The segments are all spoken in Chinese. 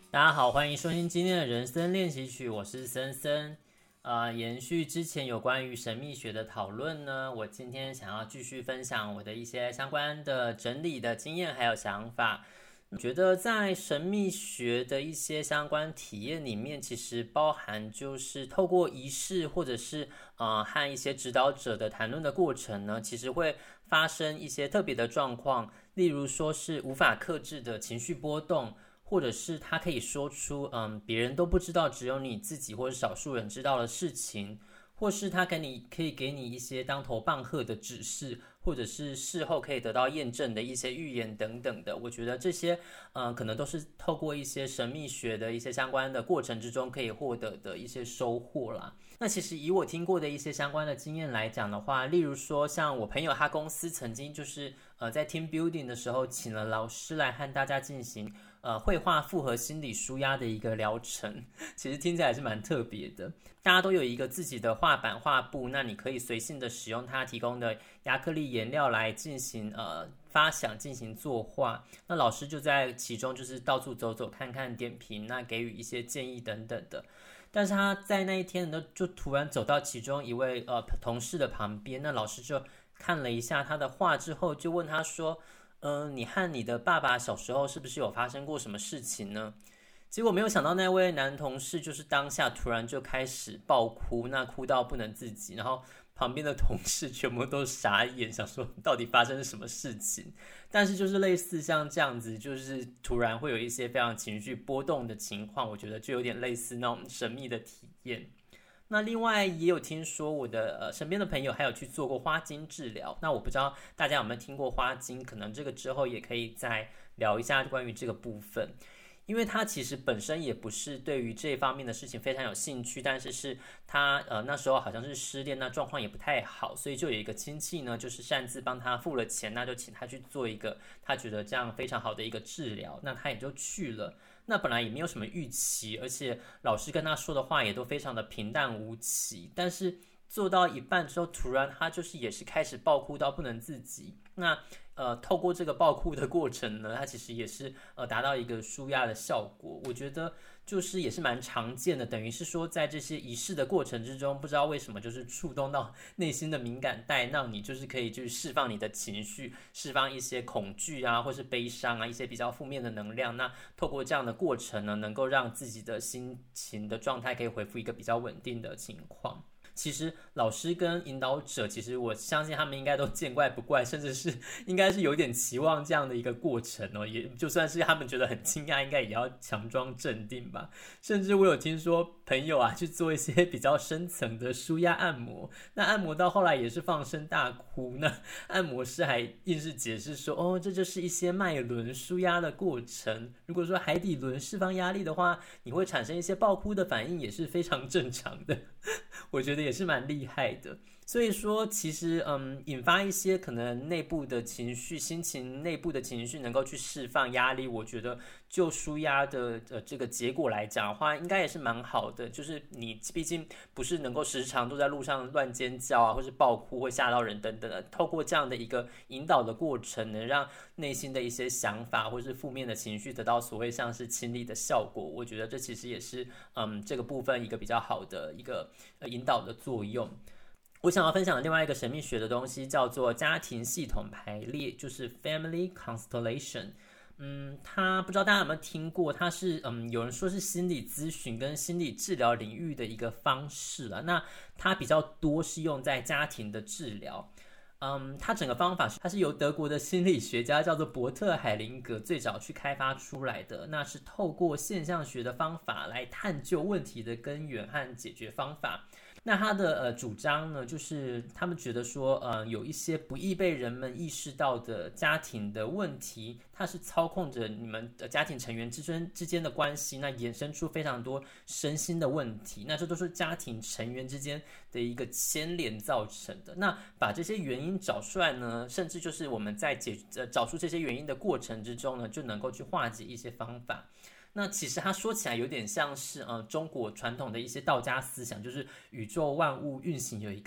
大家好，欢迎收听今天的人生练习曲，我是森森。延续之前有关于神秘学的讨论呢，我今天想要继续分享我的一些相关的整理的经验还有想法。我觉得在神秘学的一些相关体验里面，其实包含就是透过仪式或者是和一些指导者的谈论的过程呢，其实会发生一些特别的状况，例如说是无法克制的情绪波动。或者是他可以说出别人都不知道，只有你自己或者少数人知道的事情，或是他可以给你一些当头棒喝的指示，或者是事后可以得到验证的一些预言等等的。我觉得这些可能都是透过一些神秘学的一些相关的过程之中可以获得的一些收获啦。那其实以我听过的一些相关的经验来讲的话，例如说像我朋友他公司曾经就是在 team building 的时候请了老师来和大家进行绘画复合心理抒压的一个疗程，其实听起来是蛮特别的。大家都有一个自己的画板画布，那你可以随性的使用他提供的亚克力颜料来进行发想进行作画。那老师就在其中就是到处走走看看点评，那给予一些建议等等的。但是他在那一天呢，就突然走到其中一位同事的旁边，那老师就看了一下他的画之后，就问他说：你和你的爸爸小时候是不是有发生过什么事情呢？结果没有想到那位男同事就是当下突然就开始爆哭，那哭到不能自己，然后旁边的同事全部都傻眼，想说到底发生了什么事情。但是就是类似像这样子，就是突然会有一些非常情绪波动的情况，我觉得就有点类似那种神秘的体验。那另外也有听说我的身边的朋友还有去做过花精治疗，那我不知道大家有没有听过花精，可能这个之后也可以再聊一下关于这个部分。因为他其实本身也不是对于这方面的事情非常有兴趣，但是他那时候好像是失恋，那状况也不太好，所以就有一个亲戚呢，就是擅自帮他付了钱，那就请他去做一个他觉得这样非常好的一个治疗，那他也就去了。那本来也没有什么预期，而且老师跟他说的话也都非常的平淡无奇，但是做到一半之后，突然他就是也是开始爆哭到不能自己。那透过这个爆哭的过程呢，它其实也是达到一个抒压的效果。我觉得就是也是蛮常见的，等于是说在这些仪式的过程之中，不知道为什么就是触动到内心的敏感带，让你就是可以去释放你的情绪，释放一些恐惧啊，或是悲伤啊，一些比较负面的能量。那透过这样的过程呢，能够让自己的心情的状态可以恢复一个比较稳定的情况。其实老师跟引导者，其实我相信他们应该都见怪不怪，甚至是应该是有点期望这样的一个过程哦。也就算是他们觉得很惊讶，应该也要强装镇定吧。甚至我有听说朋友啊去做一些比较深层的舒压按摩，那按摩到后来也是放声大哭。那按摩师还硬是解释说，哦，这就是一些脉轮舒压的过程。如果说海底轮释放压力的话，你会产生一些爆哭的反应，也是非常正常的。我觉得也是蛮厉害的。所以说其实引发一些可能内部的情绪，心情内部的情绪能够去释放压力，我觉得就抒压的这个结果来讲的话，应该也是蛮好的。就是你毕竟不是能够时常都在路上乱尖叫啊，或是爆哭会吓到人等等的，透过这样的一个引导的过程，能让内心的一些想法或是负面的情绪得到所谓像是清理的效果。我觉得这其实也是这个部分一个比较好的一个引导的作用。我想要分享的另外一个神秘学的东西叫做家庭系统排列，就是 Family Constellation。它不知道大家有没有听过，它是有人说是心理咨询跟心理治疗领域的一个方式啦。那它比较多是用在家庭的治疗。它整个方法它是由德国的心理学家叫做伯特海灵格最早去开发出来的，那是透过现象学的方法来探究问题的根源和解决方法。那他的主张呢，就是他们觉得说，有一些不易被人们意识到的家庭的问题，它是操控着你们的家庭成员之间的关系，那衍生出非常多身心的问题，那这都是家庭成员之间的一个牵连造成的。那把这些原因找出来呢，甚至就是我们在找出这些原因的过程之中呢，就能够去化解一些方法。那其实它说起来有点像是中国传统的一些道家思想，就是宇宙万物运行有一个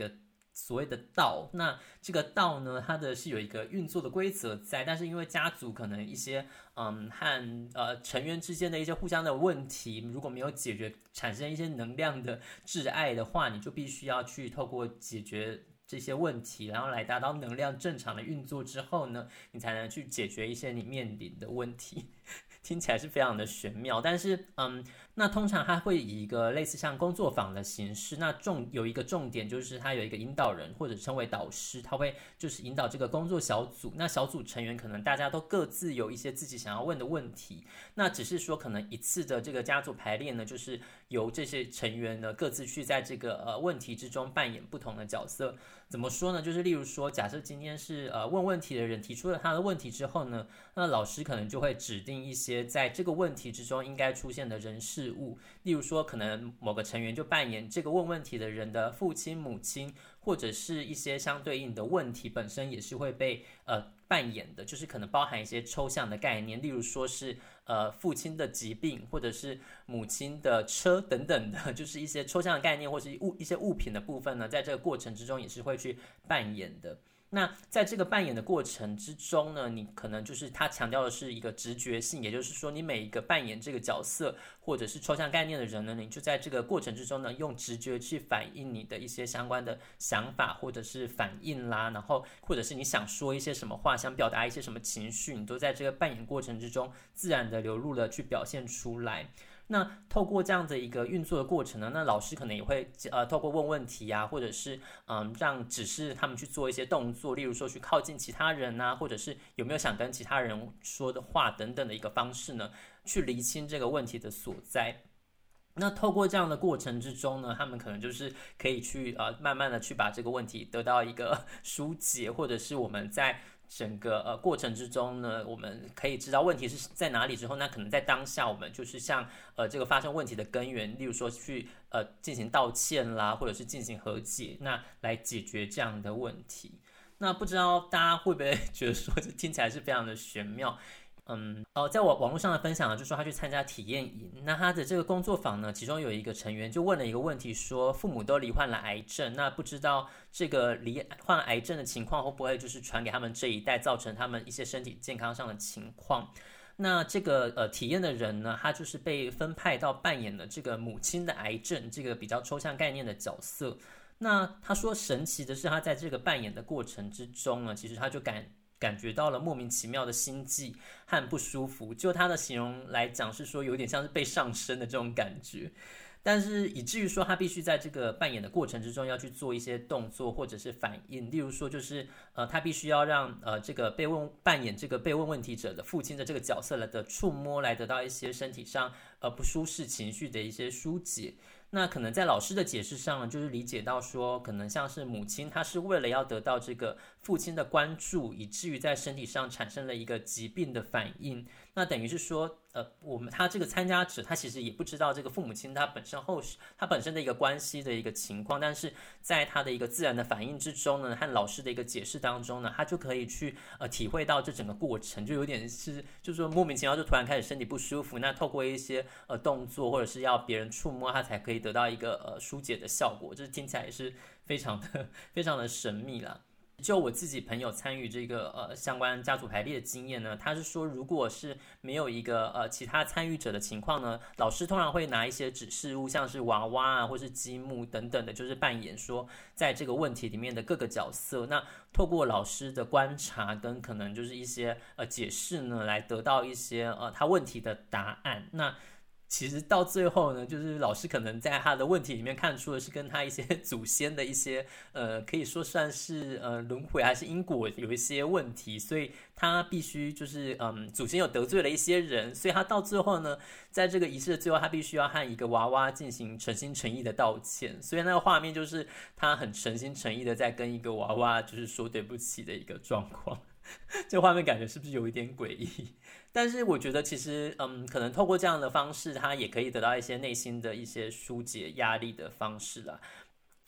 所谓的道。那这个道呢，它的是有一个运作的规则在，但是因为家族可能一些和成员之间的一些互相的问题，如果没有解决，产生一些能量的挚爱的话，你就必须要去透过解决这些问题，然后来达到能量正常的运作之后呢，你才能去解决一些你面临的问题。听起来是非常的玄妙，但是那通常它会以一个类似像工作坊的形式，那有一个重点就是它有一个引导人或者称为导师，他会就是引导这个工作小组，那小组成员可能大家都各自有一些自己想要问的问题，那只是说可能一次的这个家族排练呢，就是由这些成员呢各自去在这个问题之中扮演不同的角色。怎么说呢？就是例如说，假设今天是问问题的人提出了他的问题之后呢，那老师可能就会指定一些在这个问题之中应该出现的人事物，例如说，可能某个成员就扮演这个问问题的人的父亲、母亲，或者是一些相对应的问题本身也是会被扮演的，就是可能包含一些抽象的概念，例如说是父亲的疾病，或者是母亲的车等等的，就是一些抽象的概念，或是一些物品的部分呢，在这个过程之中也是会去扮演的。那在这个扮演的过程之中呢，你可能就是他强调的是一个直觉性，也就是说你每一个扮演这个角色或者是抽象概念的人呢，你就在这个过程之中呢，用直觉去反映你的一些相关的想法或者是反应啦，然后或者是你想说一些什么话，想表达一些什么情绪，你都在这个扮演过程之中自然的流露了去表现出来。那透过这样的一个运作的过程呢，那老师可能也会透过问问题啊，或者是让指示他们去做一些动作，例如说去靠近其他人啊，或者是有没有想跟其他人说的话等等的一个方式呢，去厘清这个问题的所在。那透过这样的过程之中呢，他们可能就是可以去慢慢的去把这个问题得到一个疏解，或者是我们在整个过程之中呢，我们可以知道问题是在哪里之后，那可能在当下我们就是向这个发生问题的根源，例如说去进行道歉啦，或者是进行和解，那来解决这样的问题。那不知道大家会不会觉得说这听起来是非常的玄妙？在我网络上的分享呢，就说他去参加体验营，那他的这个工作坊呢，其中有一个成员就问了一个问题，说父母都罹患了癌症，那不知道这个罹患癌症的情况会不会就是传给他们这一代，造成他们一些身体健康上的情况。那这个体验的人呢，他就是被分派到扮演了这个母亲的癌症这个比较抽象概念的角色。那他说神奇的是，他在这个扮演的过程之中呢，其实他就感觉到了莫名其妙的心悸和不舒服，就他的形容来讲是说有点像是被上身的这种感觉，但是以至于说他必须在这个扮演的过程之中要去做一些动作或者是反应，例如说就是他必须要让这个扮演这个被问问题者的父亲的这个角色的触摸来得到一些身体上不舒适情绪的一些疏解。那可能在老师的解释上呢，就是理解到说，可能像是母亲，她是为了要得到这个父亲的关注，以至于在身体上产生了一个疾病的反应。那等于是说，他这个参加者，他其实也不知道这个父母亲他本身的一个关系的一个情况，但是在他的一个自然的反应之中呢，和老师的一个解释当中呢，他就可以去体会到这整个过程，就有点是就是说莫名其妙就突然开始身体不舒服，那透过一些动作或者是要别人触摸，他才可以得到一个疏解的效果，这听起来也是非常的神秘啦。就我自己朋友参与这个相关家族排列的经验呢，他是说，如果是没有一个其他参与者的情况呢，老师通常会拿一些指示物，像是娃娃啊，或是积木等等的，就是扮演说在这个问题里面的各个角色。那透过老师的观察跟可能就是一些解释呢，来得到一些他问题的答案。那其实到最后呢，就是老师可能在他的问题里面看出的是跟他一些祖先的一些可以说算是轮回还是因果有一些问题，所以他必须就是祖先有得罪了一些人，所以他到最后呢，在这个仪式的最后，他必须要和一个娃娃进行诚心诚意的道歉，所以那个画面就是他很诚心诚意的在跟一个娃娃就是说对不起的一个状况。这画面感觉是不是有一点诡异？但是我觉得其实可能透过这样的方式，他也可以得到一些内心的一些疏解压力的方式啦。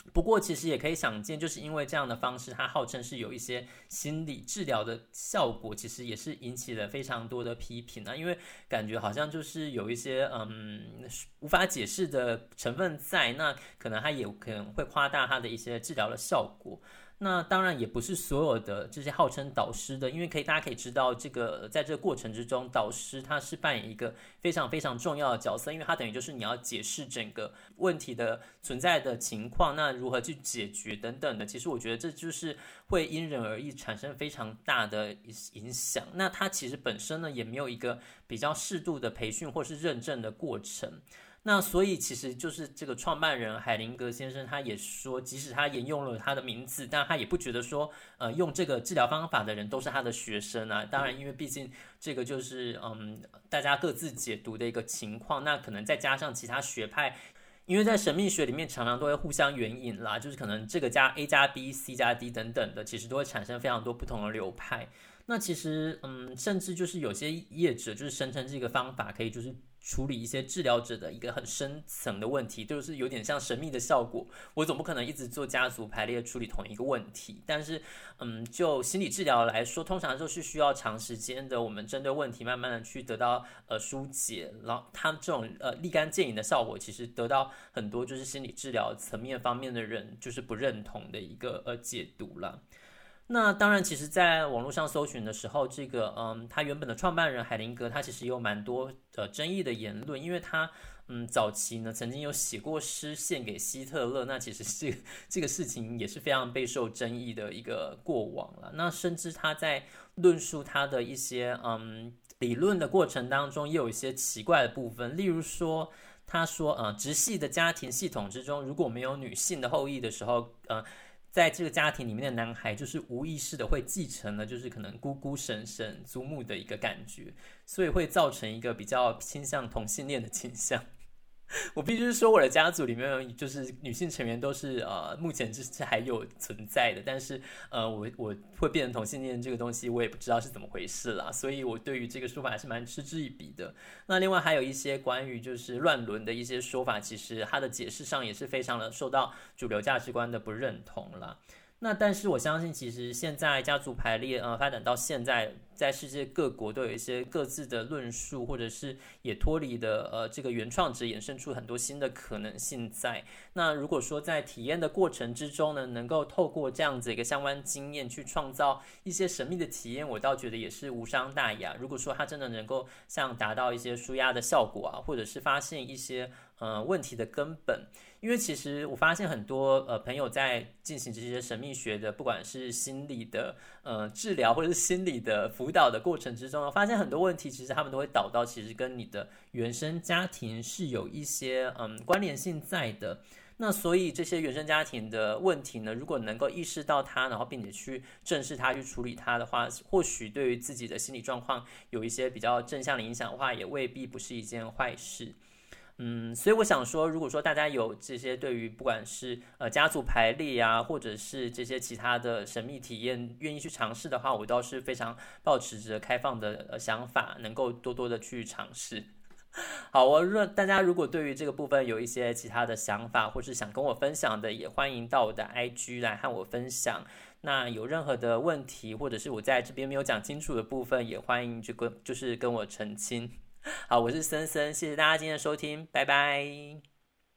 不过其实也可以想见，就是因为这样的方式，它号称是有一些心理治疗的效果，其实也是引起了非常多的批评啊。因为感觉好像就是有一些无法解释的成分在，那可能它也可能会夸大它的一些治疗的效果。那当然也不是所有的这些号称导师的，因为大家可以知道，在这个过程之中，导师他是扮演一个非常非常重要的角色，因为他等于就是你要解释整个问题的存在的情况，那如何去解决等等的。其实我觉得这就是会因人而异，产生非常大的影响。那他其实本身呢也没有一个比较适度的培训或是认证的过程。那所以其实就是这个创办人海灵格先生，他也说，即使他沿用了他的名字，但他也不觉得说，用这个治疗方法的人都是他的学生啊。当然，因为毕竟这个就是大家各自解读的一个情况，那可能再加上其他学派。因为在神秘学里面常常都会互相援引啦，就是可能这个加 A 加 B、C 加 D 等等的，其实都会产生非常多不同的流派。那其实甚至就是有些业者就是声称这个方法可以就是处理一些治疗者的一个很深层的问题，就是有点像神秘的效果。我总不可能一直做家族排列处理同一个问题，但是就心理治疗来说，通常就是需要长时间的，我们针对问题慢慢的去得到疏解，然后它这种立竿见影的效果，其实得到很多就是心理治疗层面方面的人就是不认同的一个解读了。那当然，其实在网络上搜寻的时候，这个他原本的创办人海灵格，他其实有蛮多争议的言论，因为他早期呢曾经有写过诗献给希特勒，那其实这个事情也是非常备受争议的一个过往了。那甚至他在论述他的一些理论的过程当中，也有一些奇怪的部分，例如说。他说，直系的家庭系统之中，如果没有女性的后裔的时候，在这个家庭里面的男孩就是无意识的会继承了，就是可能姑姑、婶婶、祖母的一个感觉，所以会造成一个比较倾向同性恋的倾向。我必须说，我的家族里面就是女性成员都是目前是还有存在的，但是我会变成同性恋这个东西，我也不知道是怎么回事啦，所以我对于这个说法还是蛮嗤之以鼻的。那另外还有一些关于就是乱伦的一些说法，其实它的解释上也是非常的受到主流价值观的不认同啦。那但是我相信，其实现在家族排列发展到现在，在世界各国都有一些各自的论述，或者是也脱离的这个原创者衍生出很多新的可能性在。那如果说在体验的过程之中呢，能够透过这样子一个相关经验去创造一些神秘的体验，我倒觉得也是无伤大雅。如果说它真的能够像达到一些抒压的效果啊，或者是发现一些问题的根本。因为其实我发现很多朋友在进行这些神秘学的，不管是心理的治疗或者是心理的辅导的过程之中，发现很多问题其实他们都会导到其实跟你的原生家庭是有一些关联性在的。那所以这些原生家庭的问题呢，如果能够意识到它，然后并且去正视它、去处理它的话，或许对于自己的心理状况有一些比较正向的影响的话，也未必不是一件坏事。所以我想说，如果说大家有这些对于不管是家族排列啊，或者是这些其他的神秘体验，愿意去尝试的话，我倒是非常抱持着开放的想法，能够多多的去尝试。好，大家如果对于这个部分有一些其他的想法，或是想跟我分享的，也欢迎到我的 IG 来和我分享。那有任何的问题，或者是我在这边没有讲清楚的部分，也欢迎就是跟我澄清。好，我是森森，谢谢大家今天的收听，拜拜。